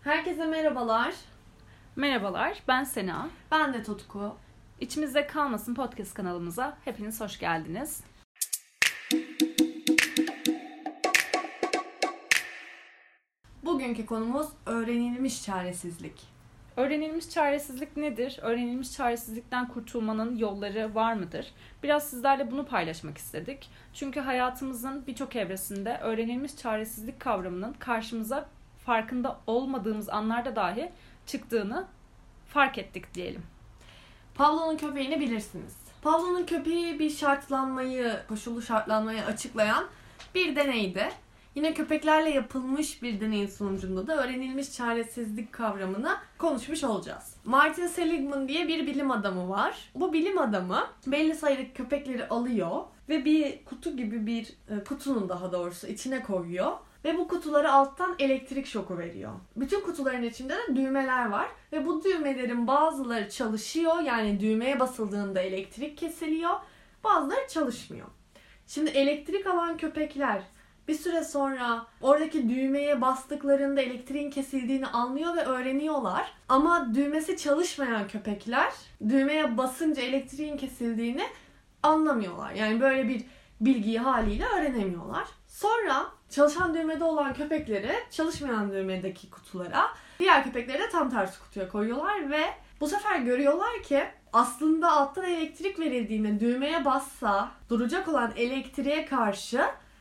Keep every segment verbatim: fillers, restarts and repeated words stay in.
Herkese merhabalar. Merhabalar, ben Sena. Ben de Tutku. İçimizde Kalmasın podcast kanalımıza hepiniz hoş geldiniz. Bugünkü konumuz öğrenilmiş çaresizlik. Öğrenilmiş çaresizlik nedir? Öğrenilmiş çaresizlikten kurtulmanın yolları var mıdır? Biraz sizlerle bunu paylaşmak istedik. Çünkü hayatımızın birçok evresinde öğrenilmiş çaresizlik kavramının karşımıza farkında olmadığımız anlarda dahi çıktığını fark ettik diyelim. Pavlov'un köpeğini bilirsiniz. Pavlov'un köpeği bir şartlanmayı, koşullu şartlanmayı açıklayan bir deneydi. Yine köpeklerle yapılmış bir deneyin sonucunda da öğrenilmiş çaresizlik kavramını konuşmuş olacağız. Martin Seligman diye bir bilim adamı var. Bu bilim adamı belli sayıda köpekleri alıyor ve bir kutu gibi bir kutunun daha doğrusu içine koyuyor. Ve bu kutuları alttan elektrik şoku veriyor. Bütün kutuların içinde de düğmeler var. Ve bu düğmelerin bazıları çalışıyor. Yani düğmeye basıldığında elektrik kesiliyor. Bazıları çalışmıyor. Şimdi elektrik alan köpekler bir süre sonra oradaki düğmeye bastıklarında elektriğin kesildiğini anlıyor ve öğreniyorlar. Ama düğmesi çalışmayan köpekler düğmeye basınca elektriğin kesildiğini anlamıyorlar. Yani böyle bir bilgiyi haliyle öğrenemiyorlar. Sonra çalışan düğmede olan köpekleri çalışmayan düğmedeki kutulara, diğer köpekleri de tam tersi kutuya koyuyorlar ve bu sefer görüyorlar ki aslında alttan elektrik verildiğinde düğmeye bassa duracak olan elektriğe karşı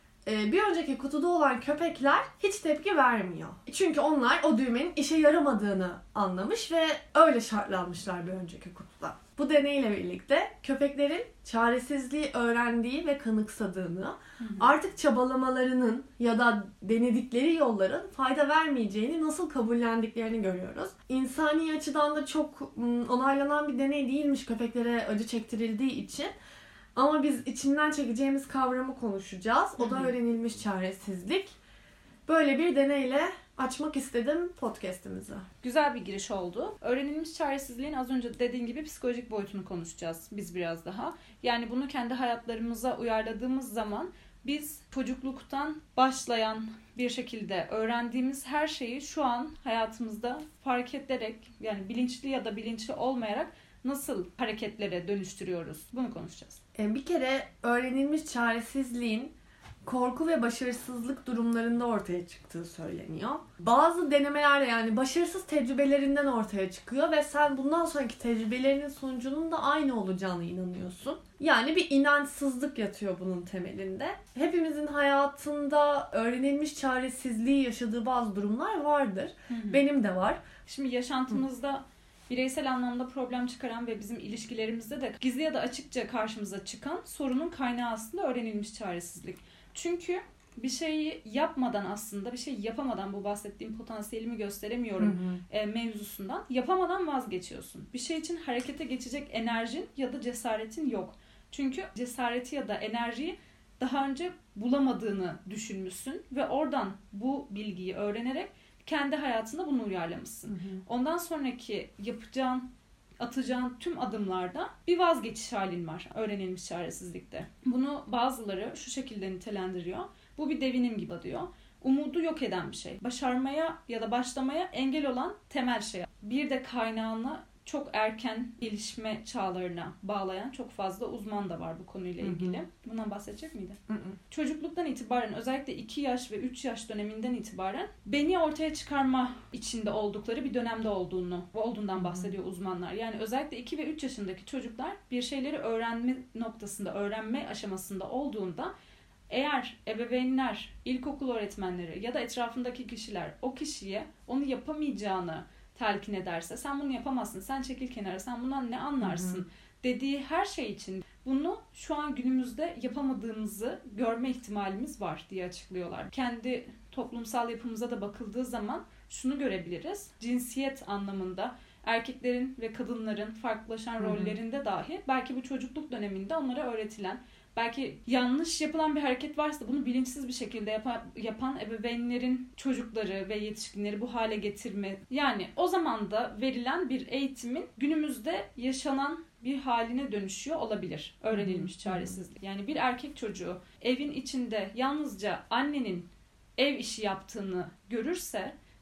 bir önceki kutuda olan köpekler hiç tepki vermiyor. Çünkü onlar o düğmenin işe yaramadığını anlamış ve öyle şartlanmışlar bir önceki kutuda. Bu deneyle birlikte köpeklerin çaresizliği öğrendiği ve kanıksadığını, hı hı. artık çabalamalarının ya da denedikleri yolların fayda vermeyeceğini nasıl kabullendiklerini görüyoruz. İnsani açıdan da çok onaylanan bir deney değilmiş köpeklere acı çektirildiği için. Ama biz içinden çekeceğimiz kavramı konuşacağız. O da öğrenilmiş çaresizlik. Böyle bir deneyle açmak istedim podcast'imizi. Güzel bir giriş oldu. Öğrenilmiş çaresizliğin az önce dediğin gibi psikolojik boyutunu konuşacağız biz biraz daha. Yani bunu kendi hayatlarımıza uyarladığımız zaman biz çocukluktan başlayan bir şekilde öğrendiğimiz her şeyi şu an hayatımızda fark ederek, yani bilinçli ya da bilinçli olmayarak nasıl hareketlere dönüştürüyoruz? Bunu konuşacağız. Bir kere öğrenilmiş çaresizliğin korku ve başarısızlık durumlarında ortaya çıktığı söyleniyor. Bazı denemelerle yani başarısız tecrübelerinden ortaya çıkıyor ve sen bundan sonraki tecrübelerinin sonucunun da aynı olacağına inanıyorsun. Yani bir inançsızlık yatıyor bunun temelinde. Hepimizin hayatında öğrenilmiş çaresizliği yaşadığı bazı durumlar vardır. Hı hı. Benim de var. Şimdi yaşantımızda hı. bireysel anlamda problem çıkaran ve bizim ilişkilerimizde de gizli ya da açıkça karşımıza çıkan sorunun kaynağı aslında öğrenilmiş çaresizlik. Çünkü bir şeyi yapmadan aslında, bir şey yapamadan bu bahsettiğim potansiyelimi gösteremiyorum hı hı. E, mevzusundan yapamadan vazgeçiyorsun. Bir şey için harekete geçecek enerjin ya da cesaretin yok. Çünkü cesareti ya da enerjiyi daha önce bulamadığını düşünmüşsün ve oradan bu bilgiyi öğrenerek kendi hayatında bunu uyarlamışsın. Hı hı. Ondan sonraki yapacağın, atacağın tüm adımlarda bir vazgeçiş halin var öğrenilmiş çaresizlikte. Bunu bazıları şu şekilde nitelendiriyor. Bu bir devinim gibi diyor. Umudu yok eden bir şey. Başarmaya ya da başlamaya engel olan temel şey. Bir de kaynağına çok erken gelişme çağlarına bağlayan çok fazla uzman da var bu konuyla ilgili. Hı hı. Bundan bahsedecek miydin? Hı hı. Çocukluktan itibaren özellikle iki yaş ve üç yaş döneminden itibaren beni ortaya çıkarma içinde oldukları bir dönemde olduğunu olduğundan bahsediyor hı hı. uzmanlar. Yani özellikle iki ve üç yaşındaki çocuklar bir şeyleri öğrenme noktasında, öğrenme aşamasında olduğunda eğer ebeveynler, ilkokul öğretmenleri ya da etrafındaki kişiler o kişiye onu yapamayacağını telkin ederse, sen bunu yapamazsın, sen çekil kenara, sen bundan ne anlarsın hı hı. dediği her şey için bunu şu an günümüzde yapamadığımızı görme ihtimalimiz var diye açıklıyorlar. Kendi toplumsal yapımıza da bakıldığı zaman şunu görebiliriz. Cinsiyet anlamında erkeklerin ve kadınların farklılaşan hı hı. rollerinde dahi belki bu çocukluk döneminde onlara öğretilen, belki yanlış yapılan bir hareket varsa bunu bilinçsiz bir şekilde yapan, yapan ebeveynlerin çocukları ve yetişkinleri bu hale getirme. Yani o zaman da verilen bir eğitimin günümüzde yaşanan bir haline dönüşüyor olabilir. Öğrenilmiş çaresizlik. Yani bir erkek çocuğu evin içinde yalnızca annenin ev işi yaptığını görürse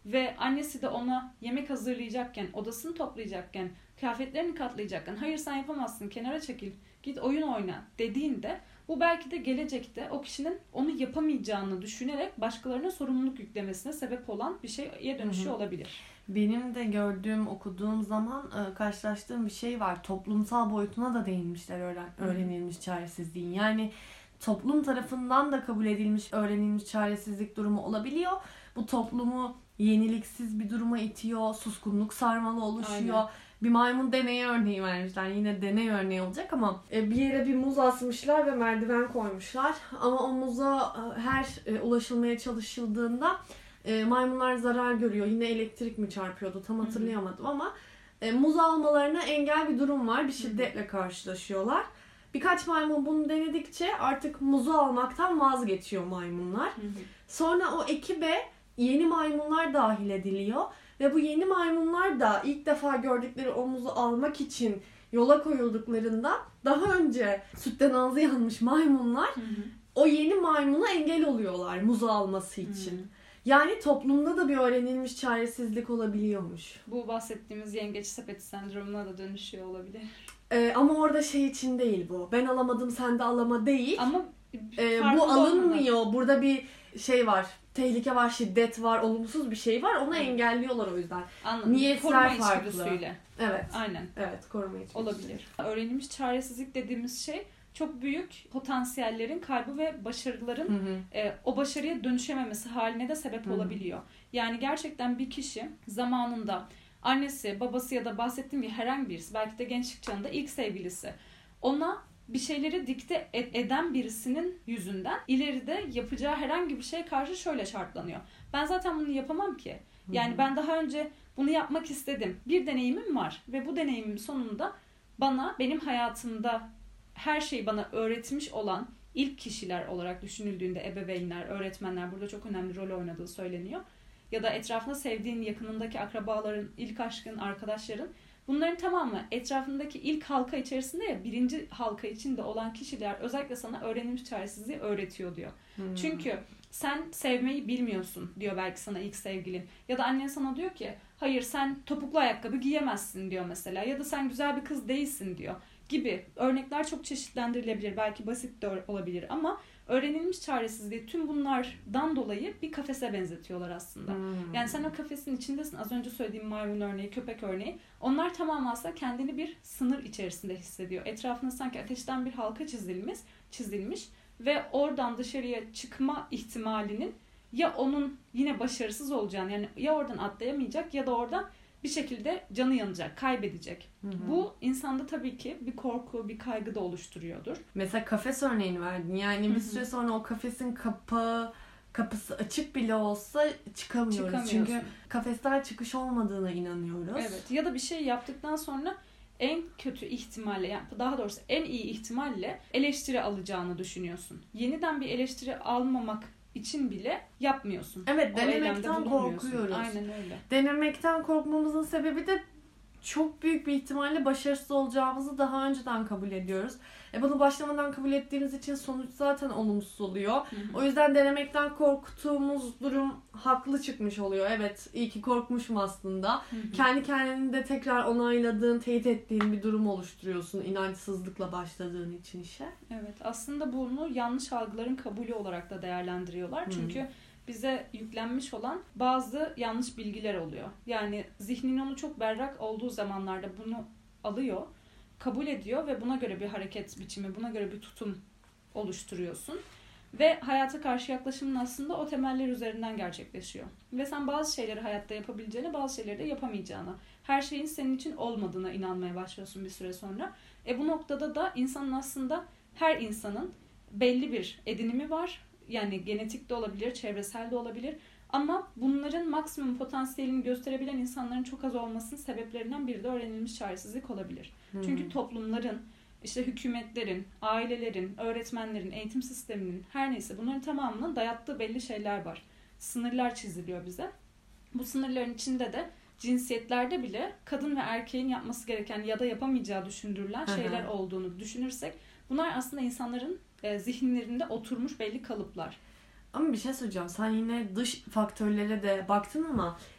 ve annesi de ona yemek hazırlayacakken, odasını toplayacakken, kıyafetlerini katlayacakken hayır sen yapamazsın, kenara çekil, git oyun oyna dediğinde bu belki de gelecekte o kişinin onu yapamayacağını düşünerek başkalarına sorumluluk yüklemesine sebep olan bir şeye dönüşüyor olabilir. Benim de gördüğüm, okuduğum zaman e, karşılaştığım bir şey var. Toplumsal boyutuna da değinmişler öğren, öğrenilmiş çaresizliğin. Yani toplum tarafından da kabul edilmiş, öğrenilmiş çaresizlik durumu olabiliyor. Bu toplumu yeniliksiz bir duruma itiyor, suskunluk sarmalı oluşuyor. Aynen. Bir maymun deneyi örneği vermişler. Yine deney örneği olacak ama bir yere bir muz asmışlar ve merdiven koymuşlar. Ama o muza her ulaşılmaya çalışıldığında maymunlar zarar görüyor. Yine elektrik mi çarpıyordu tam hatırlayamadım ama muz almalarına engel bir durum var. Bir şiddetle karşılaşıyorlar. Birkaç maymun bunu denedikçe artık muzu almaktan vazgeçiyor maymunlar. Sonra o ekibe yeni maymunlar dahil ediliyor. Ve bu yeni maymunlar da ilk defa gördükleri o muzu almak için yola koyulduklarında daha önce sütten ağzı yanmış maymunlar hı hı. o yeni maymuna engel oluyorlar muzu alması için. Hı hı. Yani toplumda da bir öğrenilmiş çaresizlik olabiliyormuş. Bu bahsettiğimiz yengeç sepeti sendromuna da dönüşüyor olabilir. Ee, ama orada şey için değil bu. Ben alamadım sen de alama değil. Ama ee, bu alınmıyor. Olmadan. Burada bir şey var. Tehlike var, şiddet var, olumsuz bir şey var. Onu evet. engelliyorlar o yüzden. Anladım. Niyetler farklı. İçgüdüsüyle. Evet. Aynen. Evet, koruma içgüdüsü. Olabilir. Öğrenilmiş çaresizlik dediğimiz şey çok büyük potansiyellerin kaybı ve başarıların hı hı. E, o başarıya dönüşememesi haline de sebep hı hı. olabiliyor. Yani gerçekten bir kişi zamanında annesi, babası ya da bahsettiğim gibi herhangi birisi, belki de gençlik çağında ilk sevgilisi ona bir şeyleri dikte eden birisinin yüzünden ileride yapacağı herhangi bir şey karşı şöyle şartlanıyor. Ben zaten bunu yapamam ki. Yani hı hı. ben daha önce bunu yapmak istedim. Bir deneyimim var ve bu deneyimin sonunda bana, benim hayatımda her şeyi bana öğretmiş olan ilk kişiler olarak düşünüldüğünde ebeveynler, öğretmenler burada çok önemli rol oynadığı söyleniyor. Ya da etrafında sevdiğin, yakınındaki akrabaların, ilk aşkın, arkadaşların, bunların tamamı etrafındaki ilk halka içerisinde ya birinci halka içinde olan kişiler özellikle sana öğrenilmiş çaresizliği öğretiyor diyor. Hmm. Çünkü sen sevmeyi bilmiyorsun diyor belki sana ilk sevgilin. Ya da annen sana diyor ki hayır sen topuklu ayakkabı giyemezsin diyor mesela. Ya da sen güzel bir kız değilsin diyor gibi örnekler çok çeşitlendirilebilir. Belki basit de olabilir ama öğrenilmiş çaresizliği tüm bunlardan dolayı bir kafese benzetiyorlar aslında. Hmm. Yani sen o kafesin içindesin. Az önce söylediğim maymun örneği, köpek örneği. Onlar tamamen aslında kendini bir sınır içerisinde hissediyor. Etrafında sanki ateşten bir halka çizilmiş, çizilmiş ve oradan dışarıya çıkma ihtimalinin ya onun yine başarısız olacağını, yani ya oradan atlayamayacak ya da oradan bir şekilde canı yanacak, kaybedecek. Hı hı. Bu insanda tabii ki bir korku, bir kaygı da oluşturuyordur. Mesela kafes örneğini verdin. Yani bir süre sonra o kafesin kapağı, kapısı açık bile olsa çıkamıyoruz. Çünkü kafesten çıkış olmadığına inanıyoruz. Evet. Ya da bir şey yaptıktan sonra en kötü ihtimalle, yani daha doğrusu en iyi ihtimalle eleştiri alacağını düşünüyorsun. Yeniden bir eleştiri almamak için bile yapmıyorsun. Evet, o denemekten korkuyoruz. Aynen öyle. Denemekten korkmamızın sebebi de çok büyük bir ihtimalle başarısız olacağımızı daha önceden kabul ediyoruz. E bunu başlamadan kabul ettiğimiz için sonuç zaten olumsuz oluyor. Hı hı. O yüzden denemekten korktuğumuz durum haklı çıkmış oluyor. Evet, iyi ki korkmuşum aslında. Hı hı. Kendi kendini de tekrar onayladığın, teyit ettiğin bir durum oluşturuyorsun inançsızlıkla başladığın için işe. Evet, aslında bunu yanlış algıların kabulü olarak da değerlendiriyorlar. Hı. Çünkü bize yüklenmiş olan bazı yanlış bilgiler oluyor. Yani zihnin onu çok berrak olduğu zamanlarda bunu alıyor, kabul ediyor ve buna göre bir hareket biçimi, buna göre bir tutum oluşturuyorsun. Ve hayata karşı yaklaşımın aslında o temeller üzerinden gerçekleşiyor. Ve sen bazı şeyleri hayatta yapabileceğine, bazı şeyleri de yapamayacağına, her şeyin senin için olmadığına inanmaya başlıyorsun bir süre sonra. E bu noktada da insanın aslında, her insanın belli bir edinimi var. Yani genetik de olabilir, çevresel de olabilir. Ama bunların maksimum potansiyelini gösterebilen insanların çok az olmasının sebeplerinden biri de öğrenilmiş çaresizlik olabilir. Hmm. Çünkü toplumların, işte hükümetlerin, ailelerin, öğretmenlerin, eğitim sisteminin, her neyse bunların tamamının dayattığı belli şeyler var. Sınırlar çiziliyor bize. Bu sınırların içinde de cinsiyetlerde bile kadın ve erkeğin yapması gereken ya da yapamayacağı düşündürülen şeyler Aha. olduğunu düşünürsek, bunlar aslında insanların e, zihinlerinde oturmuş belli kalıplar. Ama bir şey söyleyeceğim. Sen yine dış faktörlere de baktın ama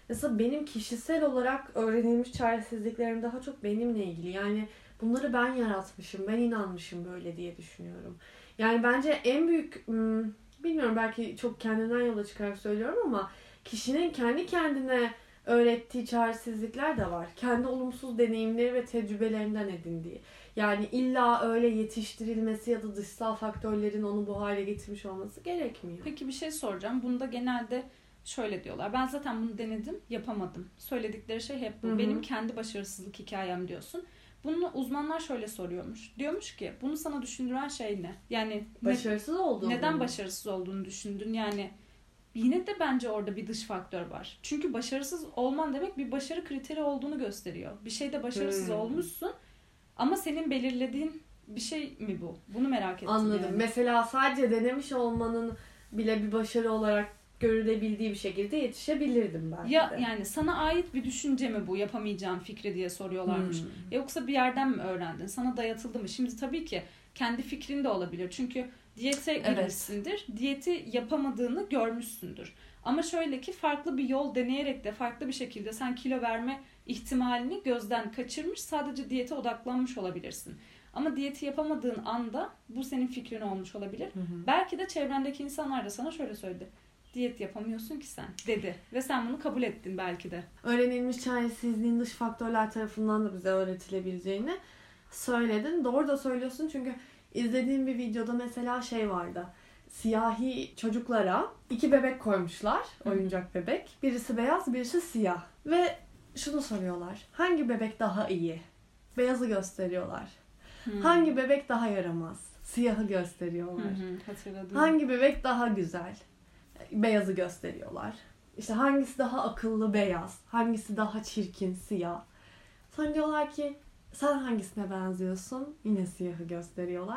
Mesela benim kişisel olarak öğrenilmiş çaresizliklerim daha çok benimle ilgili. Yani bunları ben yaratmışım, ben inanmışım böyle diye düşünüyorum. Yani bence en büyük, bilmiyorum belki çok kendimden yola çıkarak söylüyorum ama kişinin kendi kendine öğrettiği çaresizlikler de var. Kendi olumsuz deneyimleri ve tecrübelerinden edindiği. Yani illa öyle yetiştirilmesi ya da dışsal faktörlerin onu bu hale getirmiş olması gerekmiyor. Peki bir şey soracağım. Bunda genelde şöyle diyorlar. Ben zaten bunu denedim, yapamadım. Söyledikleri şey hep bu. Hı hı. Benim kendi başarısızlık hikayem diyorsun. Bunu uzmanlar şöyle soruyormuş. Diyormuş ki bunu sana düşündüren şey ne? Yani başarısız olduğunu. Neden başarısız olduğunu düşündün? Yani yine de bence orada bir dış faktör var. Çünkü başarısız olman demek bir başarı kriteri olduğunu gösteriyor. Bir şeyde başarısız hmm. olmuşsun ama senin belirlediğin bir şey mi bu? Bunu merak ettim. Anladım. Yani. Mesela sadece denemiş olmanın bile bir başarı olarak görülebildiği bir şekilde yetişebilirdim belki ya, de. Yani sana ait bir düşünce mi bu, yapamayacağın fikri diye soruyorlarmış. Hmm. Yoksa bir yerden mi öğrendin? Sana dayatıldı mı? Şimdi tabii ki kendi fikrin de olabilir. Çünkü diyete girmişsindir. Evet. Diyeti yapamadığını görmüşsündür. Ama şöyle ki farklı bir yol deneyerek de farklı bir şekilde sen kilo verme ihtimalini gözden kaçırmış, sadece diyete odaklanmış olabilirsin. Ama diyeti yapamadığın anda bu senin fikrin olmuş olabilir. Hı hı. Belki de çevrendeki insanlar da sana şöyle söyledi. Diyet yapamıyorsun ki sen dedi. Ve sen bunu kabul ettin belki de. Öğrenilmiş çaresizliğin dış faktörler tarafından da bize öğretilebileceğini söyledin. Doğru da söylüyorsun çünkü izlediğim bir videoda mesela şey vardı. Siyahi çocuklara iki bebek koymuşlar. Oyuncak bebek. Birisi beyaz, birisi siyah. Ve şunu soruyorlar. Hangi bebek daha iyi? Beyazı gösteriyorlar. Hmm. Hangi bebek daha yaramaz? Siyahı gösteriyorlar. Hatırladım. Hangi bebek daha güzel? Beyazı gösteriyorlar. İşte hangisi daha akıllı? Beyaz. Hangisi daha çirkin? Siyah. Sonra diyorlar ki sen hangisine benziyorsun? Yine siyahı gösteriyorlar.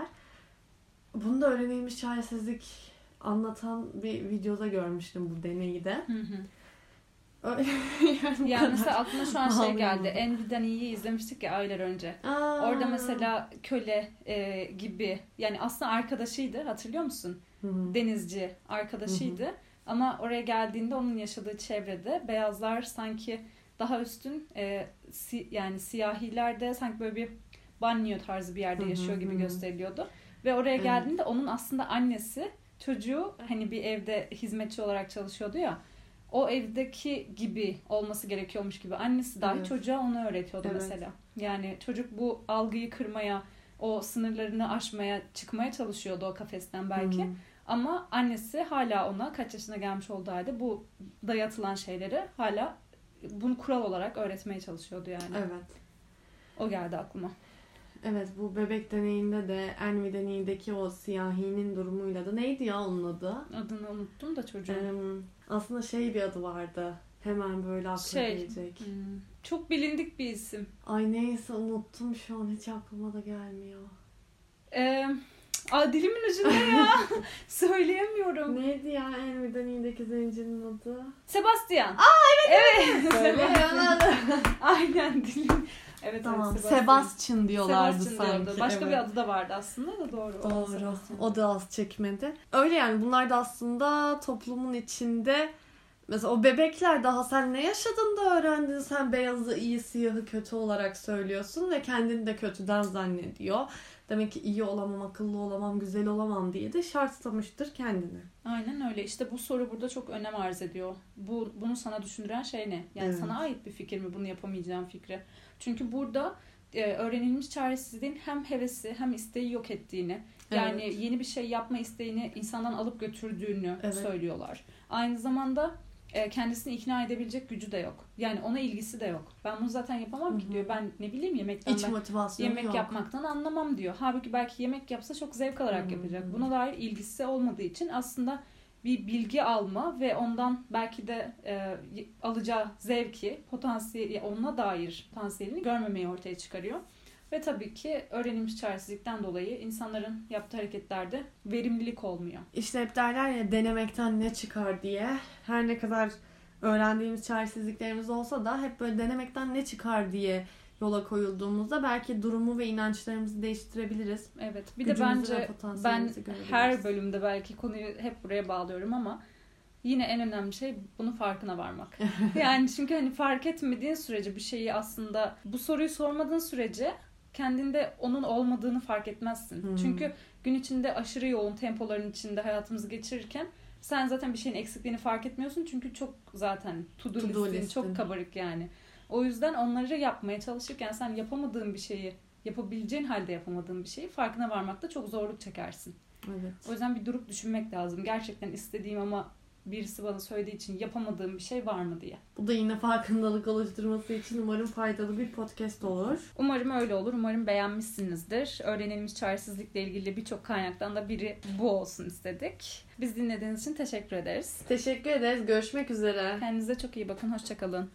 Bunu da öğrenilmiş çaresizlik anlatan bir videoda görmüştüm bu deneyi de. Hı hı. yani yani mesela aklıma şu an şey geldi. Envy'den İyi'yi izlemiştik ya aylar önce. Aa. Orada mesela köle e, gibi, yani aslında arkadaşıydı, hatırlıyor musun? Hı hı. Denizci arkadaşıydı. Hı hı. Ama oraya geldiğinde onun yaşadığı çevrede beyazlar sanki daha üstün, e, si, yani siyahiler de sanki böyle bir banyo tarzı bir yerde yaşıyor hı hı. gibi gösteriliyordu. Ve oraya geldiğinde evet. onun aslında annesi çocuğu hani bir evde hizmetçi olarak çalışıyordu ya, o evdeki gibi olması gerekiyormuş gibi annesi dahi evet. çocuğa onu öğretiyordu evet. mesela. Yani çocuk bu algıyı kırmaya, o sınırlarını aşmaya, çıkmaya çalışıyordu o kafesten belki. Hmm. Ama annesi hala ona kaç yaşına gelmiş olduğu halde bu dayatılan şeyleri hala bunu kural olarak öğretmeye çalışıyordu yani. Evet. O geldi aklıma. Evet, bu bebek deneyinde de Envy deneyindeki o siyahinin durumuyla da neydi ya onun adı? Adını unuttum da çocuğun. Ee, aslında şey bir adı vardı. Hemen böyle aklıma şey, gelecek. Hmm, çok bilindik bir isim. Ay neyse unuttum şu an, hiç aklıma da gelmiyor. Eee... Aa, dilimin ucunda ya. Söyleyemiyorum. Neydi ya Envy deneyindeki zencinin adı? Sebastian. Aa evet. Evet. Sebastian. Aynen dilim. Evet, tamam. Evet, Sebastian. Sebastian diyorlardı Sebastian sanki. Diyordu. Başka evet. bir adı da vardı aslında da doğru. Doğru. O da az çekmedi. Öyle yani bunlar da aslında toplumun içinde, mesela o bebekler daha sen ne yaşadın da öğrendin, sen beyazı iyi siyahı kötü olarak söylüyorsun ve kendini de kötüden zannediyor. Demek ki iyi olamam, akıllı olamam, güzel olamam diye de şartlamıştır kendini. Aynen öyle. İşte bu soru burada çok önem arz ediyor. Bu bunu sana düşündüren şey ne? Yani evet. sana ait bir fikir mi bunu yapamayacağın fikri? Çünkü burada e, öğrenilmiş çaresizliğin hem hevesi hem isteği yok ettiğini, yani evet. yeni bir şey yapma isteğini insandan alıp götürdüğünü evet. söylüyorlar. Aynı zamanda e, kendisini ikna edebilecek gücü de yok. Yani ona ilgisi de yok. Ben bunu zaten yapamam Hı-hı. ki diyor. Ben ne bileyim yemekten İç motivasyonu yemek yok. yapmaktan anlamam diyor. Halbuki belki yemek yapsa çok zevk alarak Hı-hı. yapacak. Buna dair ilgisi olmadığı için aslında bir bilgi alma ve ondan belki de e, alacağı zevki, potansiyeli, ona dair potansiyelini görmemeyi ortaya çıkarıyor. Ve tabii ki öğrenilmiş çaresizlikten dolayı insanların yaptığı hareketlerde verimlilik olmuyor. İşte hep derler ya, denemekten ne çıkar diye. Her ne kadar öğrendiğimiz çaresizliklerimiz olsa da hep böyle denemekten ne çıkar diye yola koyulduğumuzda belki durumu ve inançlarımızı değiştirebiliriz. Evet. Bir de bence ben her bölümde belki konuyu hep buraya bağlıyorum ama Yine en önemli şey bunun farkına varmak. Yani çünkü hani fark etmediğin sürece bir şeyi aslında bu soruyu sormadığın sürece kendinde onun olmadığını fark etmezsin. Hmm. Çünkü gün içinde aşırı yoğun tempoların içinde hayatımızı geçirirken sen zaten bir şeyin eksikliğini fark etmiyorsun. Çünkü çok zaten to-do, to-do listin, listin çok kabarık yani. O yüzden onları yapmaya çalışırken sen yapamadığın bir şeyi, yapabileceğin halde yapamadığın bir şeyi farkına varmakta çok zorluk çekersin. Evet. O yüzden bir durup düşünmek lazım. Gerçekten istediğim ama birisi bana söylediği için yapamadığım bir şey var mı diye. Bu da yine farkındalık oluşturması için umarım faydalı bir podcast olur. Umarım öyle olur. Umarım beğenmişsinizdir. Öğrenilmiş çaresizlikle ilgili birçok kaynaktan da biri bu olsun istedik. Biz dinlediğiniz için teşekkür ederiz. Teşekkür ederiz. Görüşmek üzere. Kendinize çok iyi bakın. Hoşça kalın.